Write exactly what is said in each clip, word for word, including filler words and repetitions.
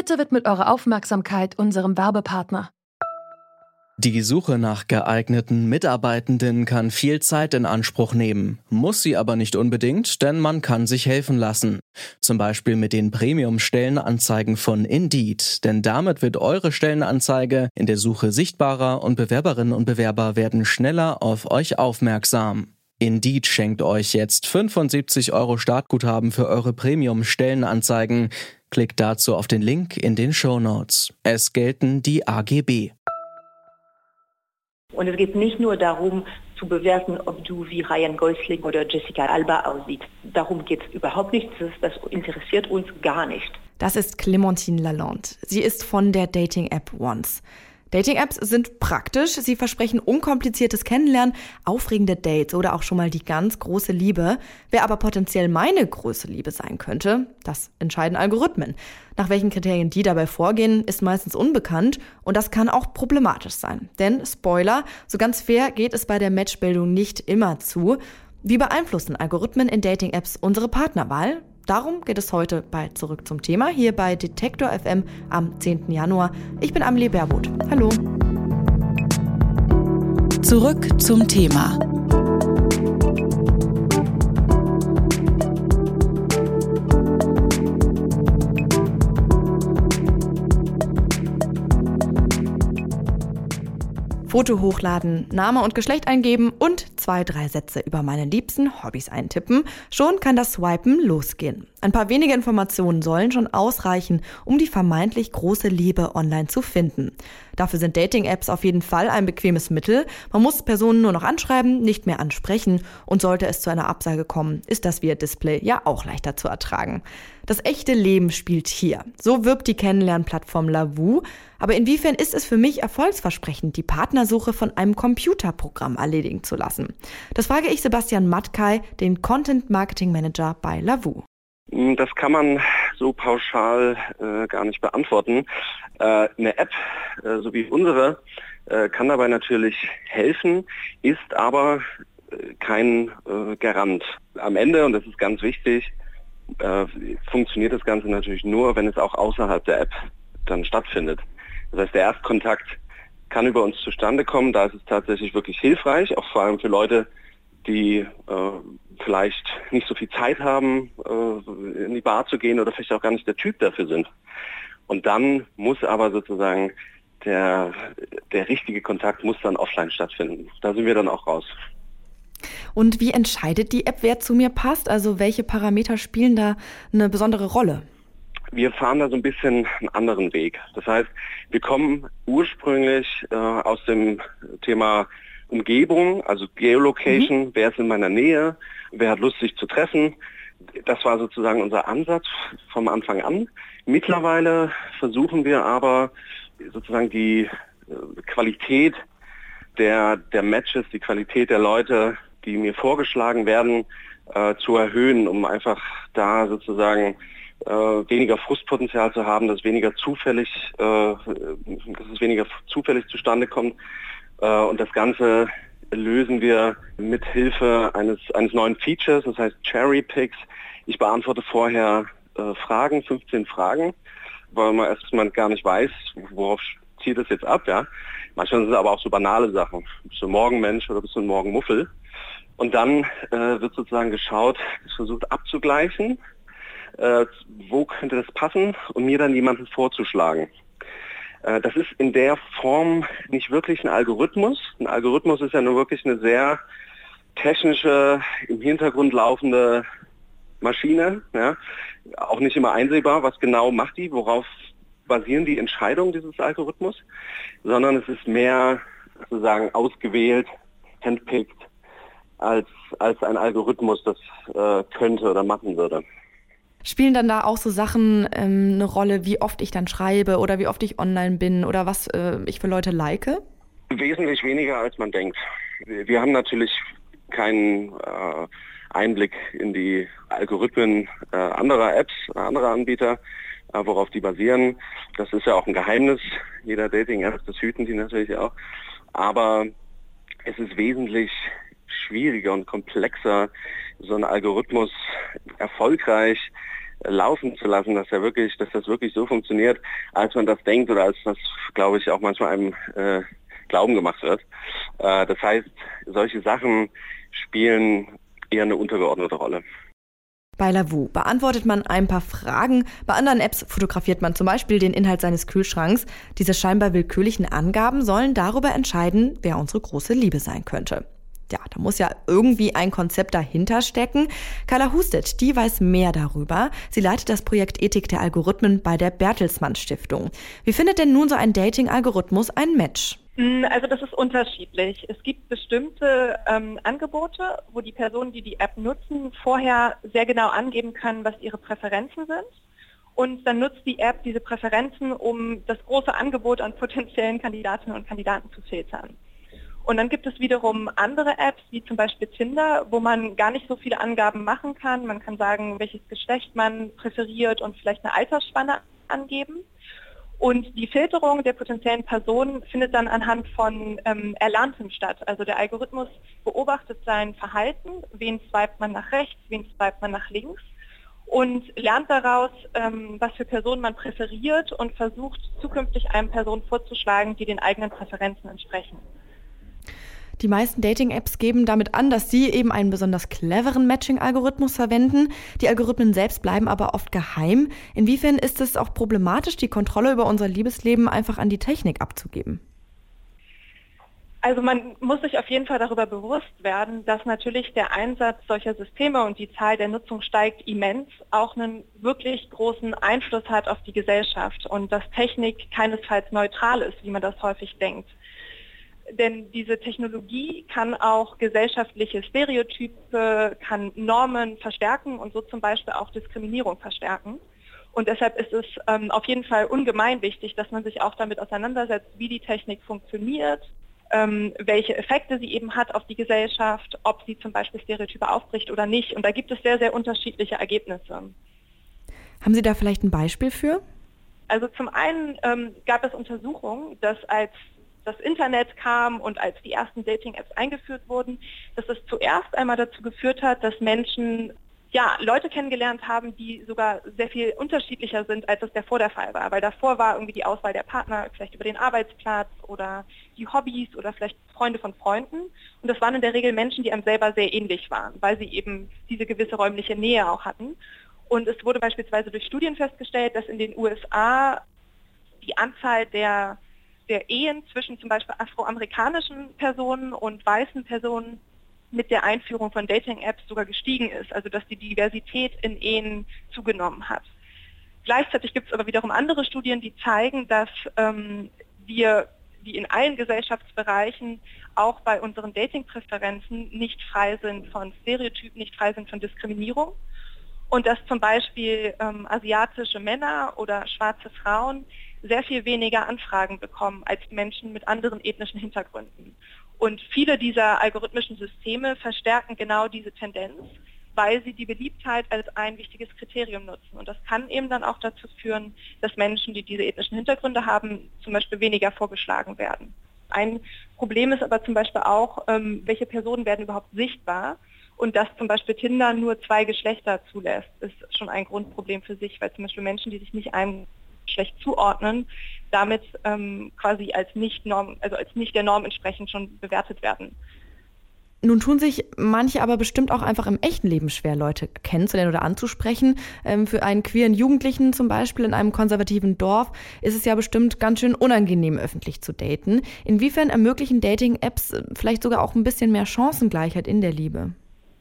Bitte widmet eure Aufmerksamkeit unserem Werbepartner. Die Suche nach geeigneten Mitarbeitenden kann viel Zeit in Anspruch nehmen, muss sie aber nicht unbedingt, denn man kann sich helfen lassen. Zum Beispiel mit den Premium-Stellenanzeigen von Indeed, denn damit wird eure Stellenanzeige in der Suche sichtbarer und Bewerberinnen und Bewerber werden schneller auf euch aufmerksam. Indeed schenkt euch jetzt fünfundsiebzig Euro Startguthaben für eure Premium-Stellenanzeigen. Klickt dazu auf den Link in den Shownotes. Es gelten die A G B. Und es geht nicht nur darum, zu bewerten, ob du wie Ryan Gosling oder Jessica Alba aussiehst. Darum geht es überhaupt nicht. Das, das interessiert uns gar nicht. Das ist Clémentine Lalonde. Sie ist von der Dating-App Once. Dating-Apps sind praktisch, sie versprechen unkompliziertes Kennenlernen, aufregende Dates oder auch schon mal die ganz große Liebe. Wer aber potenziell meine große Liebe sein könnte, das entscheiden Algorithmen. Nach welchen Kriterien die dabei vorgehen, ist meistens unbekannt und das kann auch problematisch sein. Denn, Spoiler, so ganz fair geht es bei der Matchbildung nicht immer zu. Wie beeinflussen Algorithmen in Dating-Apps unsere Partnerwahl? Darum geht es heute bei Zurück zum Thema, hier bei Detektor F M am zehnten Januar. Ich bin Amelie Baerboth. Hallo. Zurück zum Thema. Foto hochladen, Name und Geschlecht eingeben und zwei, drei Sätze über meine liebsten Hobbys eintippen. Schon kann das Swipen losgehen. Ein paar wenige Informationen sollen schon ausreichen, um die vermeintlich große Liebe online zu finden. Dafür sind Dating-Apps auf jeden Fall ein bequemes Mittel. Man muss Personen nur noch anschreiben, nicht mehr ansprechen. Und sollte es zu einer Absage kommen, ist das via Display ja auch leichter zu ertragen. Das echte Leben spielt hier. So wirbt die Kennenlernplattform Lavu. Aber inwiefern ist es für mich erfolgsversprechend, die Partnersuche von einem Computerprogramm erledigen zu lassen? Das frage ich Sebastian Matkay, den Content Marketing Manager bei Lavu. Das kann man so pauschal äh, gar nicht beantworten. Äh, eine App, äh, so wie unsere, äh, kann dabei natürlich helfen, ist aber äh, kein äh, Garant. Am Ende, und das ist ganz wichtig, äh, funktioniert das Ganze natürlich nur, wenn es auch außerhalb der App dann stattfindet. Das heißt, der Erstkontakt kann über uns zustande kommen, da ist es tatsächlich wirklich hilfreich, auch vor allem für Leute, die äh, vielleicht nicht so viel Zeit haben, äh, in die Bar zu gehen oder vielleicht auch gar nicht der Typ dafür sind. Und dann muss aber sozusagen der, der richtige Kontakt muss dann offline stattfinden. Da sind wir dann auch raus. Und wie entscheidet die App, wer zu mir passt? Also welche Parameter spielen da eine besondere Rolle? Wir fahren da so ein bisschen einen anderen Weg. Das heißt, wir kommen ursprünglich äh, aus dem Thema Umgebung, also Geolocation, mhm. Wer ist in meiner Nähe, wer hat Lust, sich zu treffen. Das war sozusagen unser Ansatz vom Anfang an. Mittlerweile versuchen wir aber sozusagen die äh, Qualität der, der Matches, die Qualität der Leute, die mir vorgeschlagen werden, äh, zu erhöhen, um einfach da sozusagen äh, weniger Frustpotenzial zu haben, dass weniger zufällig, äh, dass es weniger zufällig zustande kommt. Äh, und das Ganze lösen wir mit Hilfe eines, eines neuen Features, das heißt Cherry Picks. Ich beantworte vorher äh, Fragen, fünfzehn Fragen, weil man erstmal gar nicht weiß, worauf zielt es jetzt ab, ja. Manchmal sind es aber auch so banale Sachen. Bist du ein Morgenmensch oder bist du ein Morgenmuffel? Und dann äh, wird sozusagen geschaut, es versucht abzugleichen, äh, wo könnte das passen und mir dann jemanden vorzuschlagen. Äh, das ist in der Form nicht wirklich ein Algorithmus. Ein Algorithmus ist ja nur wirklich eine sehr technische, im Hintergrund laufende Maschine, ja, auch nicht immer einsehbar, was genau macht die, worauf basieren die Entscheidungen dieses Algorithmus, sondern es ist mehr sozusagen ausgewählt, handpicked, als, als ein Algorithmus das äh, könnte oder machen würde. Spielen dann da auch so Sachen ähm, eine Rolle, wie oft ich dann schreibe oder wie oft ich online bin oder was äh, ich für Leute like? Wesentlich weniger, als man denkt. Wir, wir haben natürlich keinen äh, Einblick in die Algorithmen äh, anderer Apps, anderer Anbieter, äh, worauf die basieren. Das ist ja auch ein Geheimnis jeder Dating-App, das hüten die natürlich auch. Aber es ist wesentlich schwieriger und komplexer, so einen Algorithmus erfolgreich laufen zu lassen, dass er wirklich, dass das wirklich so funktioniert, als man das denkt oder als das, glaube ich, auch manchmal einem äh, Glauben gemacht wird. Äh, das heißt, solche Sachen spielen eher eine untergeordnete Rolle. Bei Lovoo beantwortet man ein paar Fragen, bei anderen Apps fotografiert man zum Beispiel den Inhalt seines Kühlschranks. Diese scheinbar willkürlichen Angaben sollen darüber entscheiden, wer unsere große Liebe sein könnte. Ja, da muss ja irgendwie ein Konzept dahinter stecken. Carla Husted, die weiß mehr darüber. Sie leitet das Projekt Ethik der Algorithmen bei der Bertelsmann Stiftung. Wie findet denn nun so ein Dating-Algorithmus ein Match? Also das ist unterschiedlich. Es gibt bestimmte ähm, Angebote, wo die Personen, die die App nutzen, vorher sehr genau angeben können, was ihre Präferenzen sind. Und dann nutzt die App diese Präferenzen, um das große Angebot an potenziellen Kandidatinnen und Kandidaten zu filtern. Und dann gibt es wiederum andere Apps, wie zum Beispiel Tinder, wo man gar nicht so viele Angaben machen kann. Man kann sagen, welches Geschlecht man präferiert und vielleicht eine Altersspanne angeben. Und die Filterung der potenziellen Personen findet dann anhand von ähm, Erlerntem statt. Also der Algorithmus beobachtet sein Verhalten, wen swipet man nach rechts, wen swipet man nach links und lernt daraus, ähm, was für Personen man präferiert und versucht zukünftig einem Personen vorzuschlagen, die den eigenen Präferenzen entsprechen. Die meisten Dating-Apps geben damit an, dass sie eben einen besonders cleveren Matching-Algorithmus verwenden. Die Algorithmen selbst bleiben aber oft geheim. Inwiefern ist es auch problematisch, die Kontrolle über unser Liebesleben einfach an die Technik abzugeben? Also man muss sich auf jeden Fall darüber bewusst werden, dass natürlich der Einsatz solcher Systeme und die Zahl der Nutzung steigt immens, auch einen wirklich großen Einfluss hat auf die Gesellschaft und dass Technik keinesfalls neutral ist, wie man das häufig denkt. Denn diese Technologie kann auch gesellschaftliche Stereotype, kann Normen verstärken und so zum Beispiel auch Diskriminierung verstärken. Und deshalb ist es ähm, auf jeden Fall ungemein wichtig, dass man sich auch damit auseinandersetzt, wie die Technik funktioniert, ähm, welche Effekte sie eben hat auf die Gesellschaft, ob sie zum Beispiel Stereotype aufbricht oder nicht. Und da gibt es sehr, sehr unterschiedliche Ergebnisse. Haben Sie da vielleicht ein Beispiel für? Also zum einen ähm, gab es Untersuchungen, dass als das Internet kam und als die ersten Dating-Apps eingeführt wurden, dass es zuerst einmal dazu geführt hat, dass Menschen ja, Leute kennengelernt haben, die sogar sehr viel unterschiedlicher sind, als es davor der Fall war. Weil davor war irgendwie die Auswahl der Partner vielleicht über den Arbeitsplatz oder die Hobbys oder vielleicht Freunde von Freunden. Und das waren in der Regel Menschen, die einem selber sehr ähnlich waren, weil sie eben diese gewisse räumliche Nähe auch hatten. Und es wurde beispielsweise durch Studien festgestellt, dass in den U S A die Anzahl der der Ehen zwischen zum Beispiel afroamerikanischen Personen und weißen Personen mit der Einführung von Dating-Apps sogar gestiegen ist, also dass die Diversität in Ehen zugenommen hat. Gleichzeitig gibt es aber wiederum andere Studien, die zeigen, dass ähm, wir, wie in allen Gesellschaftsbereichen, auch bei unseren Dating-Präferenzen nicht frei sind von Stereotypen, nicht frei sind von Diskriminierung. Und dass zum Beispiel ähm, asiatische Männer oder schwarze Frauen sehr viel weniger Anfragen bekommen als Menschen mit anderen ethnischen Hintergründen. Und viele dieser algorithmischen Systeme verstärken genau diese Tendenz, weil sie die Beliebtheit als ein wichtiges Kriterium nutzen. Und das kann eben dann auch dazu führen, dass Menschen, die diese ethnischen Hintergründe haben, zum Beispiel weniger vorgeschlagen werden. Ein Problem ist aber zum Beispiel auch, ähm, welche Personen werden überhaupt sichtbar. Und dass zum Beispiel Tinder nur zwei Geschlechter zulässt, ist schon ein Grundproblem für sich, weil zum Beispiel Menschen, die sich nicht einem Geschlecht zuordnen, damit ähm, quasi als nicht Norm, also als nicht der Norm entsprechend schon bewertet werden. Nun tun sich manche aber bestimmt auch einfach im echten Leben schwer, Leute kennenzulernen oder anzusprechen. Ähm, für einen queeren Jugendlichen zum Beispiel in einem konservativen Dorf ist es ja bestimmt ganz schön unangenehm, öffentlich zu daten. Inwiefern ermöglichen Dating-Apps vielleicht sogar auch ein bisschen mehr Chancengleichheit in der Liebe?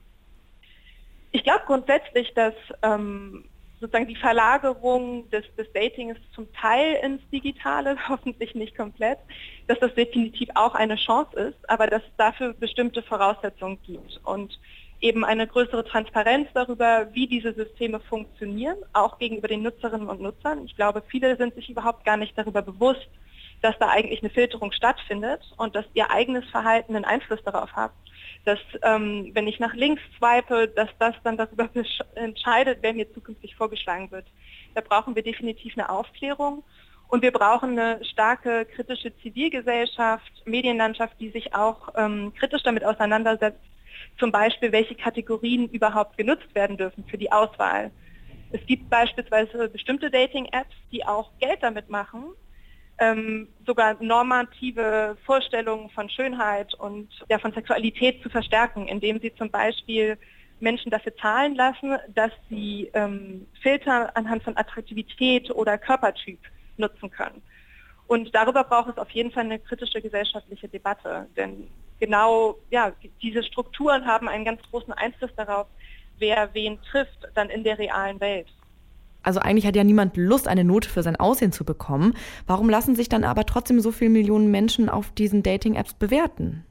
Ich glaube grundsätzlich, dass ähm, sozusagen die Verlagerung des, des Datings zum Teil ins Digitale, hoffentlich nicht komplett, dass das definitiv auch eine Chance ist, aber dass es dafür bestimmte Voraussetzungen gibt und eben eine größere Transparenz darüber, wie diese Systeme funktionieren, auch gegenüber den Nutzerinnen und Nutzern. Ich glaube, viele sind sich überhaupt gar nicht darüber bewusst, dass da eigentlich eine Filterung stattfindet und dass ihr eigenes Verhalten einen Einfluss darauf hat. Dass, ähm, wenn ich nach links swipe, dass das dann darüber entscheidet, wer mir zukünftig vorgeschlagen wird. Da brauchen wir definitiv eine Aufklärung und wir brauchen eine starke kritische Zivilgesellschaft, Medienlandschaft, die sich auch ähm, kritisch damit auseinandersetzt, zum Beispiel welche Kategorien überhaupt genutzt werden dürfen für die Auswahl. Es gibt beispielsweise bestimmte Dating-Apps, die auch Geld damit machen, ähm, sogar normative Vorstellungen von Schönheit und ja, von Sexualität zu verstärken, indem sie zum Beispiel Menschen dafür zahlen lassen, dass sie ähm, Filter anhand von Attraktivität oder Körpertyp nutzen können. Und darüber braucht es auf jeden Fall eine kritische gesellschaftliche Debatte, denn genau ja, diese Strukturen haben einen ganz großen Einfluss darauf, wer wen trifft dann in der realen Welt. Also eigentlich hat ja niemand Lust, eine Note für sein Aussehen zu bekommen. Warum lassen sich dann aber trotzdem so viele Millionen Menschen auf diesen Dating-Apps bewerten?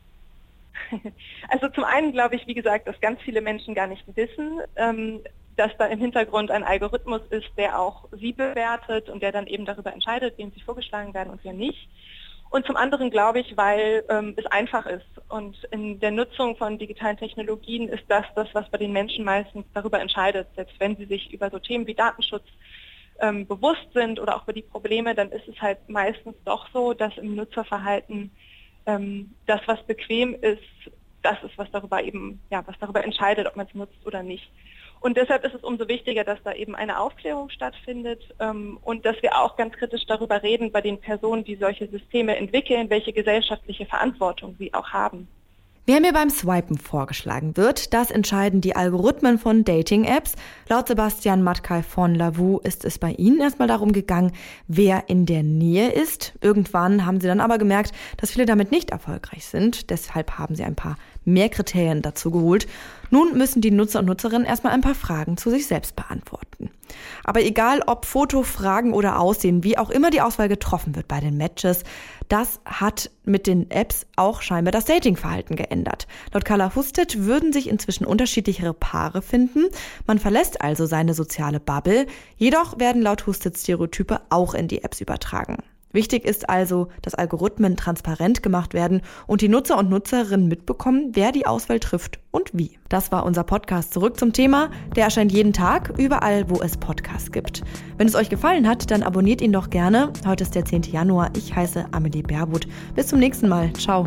Also zum einen glaube ich, wie gesagt, dass ganz viele Menschen gar nicht wissen, ähm, dass da im Hintergrund ein Algorithmus ist, der auch sie bewertet und der dann eben darüber entscheidet, wem sie vorgeschlagen werden und wer nicht. Und zum anderen glaube ich, weil ähm, es einfach ist. Und in der Nutzung von digitalen Technologien ist das das, was bei den Menschen meistens darüber entscheidet. Selbst wenn sie sich über so Themen wie Datenschutz ähm, bewusst sind oder auch über die Probleme, dann ist es halt meistens doch so, dass im Nutzerverhalten ähm, das, was bequem ist, das ist, was darüber eben, ja, was darüber entscheidet, ob man es nutzt oder nicht. Und deshalb ist es umso wichtiger, dass da eben eine Aufklärung stattfindet ähm, und dass wir auch ganz kritisch darüber reden bei den Personen, die solche Systeme entwickeln, welche gesellschaftliche Verantwortung sie auch haben. Wer mir beim Swipen vorgeschlagen wird, das entscheiden die Algorithmen von Dating-Apps. Laut Sebastian Matkay von Lovoo ist es bei ihnen erstmal darum gegangen, wer in der Nähe ist. Irgendwann haben sie dann aber gemerkt, dass viele damit nicht erfolgreich sind. Deshalb haben sie ein paar mehr Kriterien dazu geholt. Nun müssen die Nutzer und Nutzerinnen erstmal ein paar Fragen zu sich selbst beantworten. Aber egal ob Foto, Fragen oder Aussehen, wie auch immer die Auswahl getroffen wird bei den Matches, das hat mit den Apps auch scheinbar das Datingverhalten geändert. Laut Carla Husted würden sich inzwischen unterschiedlichere Paare finden. Man verlässt also seine soziale Bubble. Jedoch werden laut Husted Stereotype auch in die Apps übertragen. Wichtig ist also, dass Algorithmen transparent gemacht werden und die Nutzer und Nutzerinnen mitbekommen, wer die Auswahl trifft und wie. Das war unser Podcast Zurück zum Thema. Der erscheint jeden Tag, überall, wo es Podcasts gibt. Wenn es euch gefallen hat, dann abonniert ihn doch gerne. Heute ist der zehnte Januar. Ich heiße Amelie Baerbuth. Bis zum nächsten Mal. Ciao.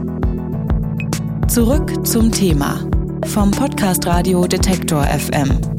Zurück zum Thema vom Podcast Radio Detektor F M.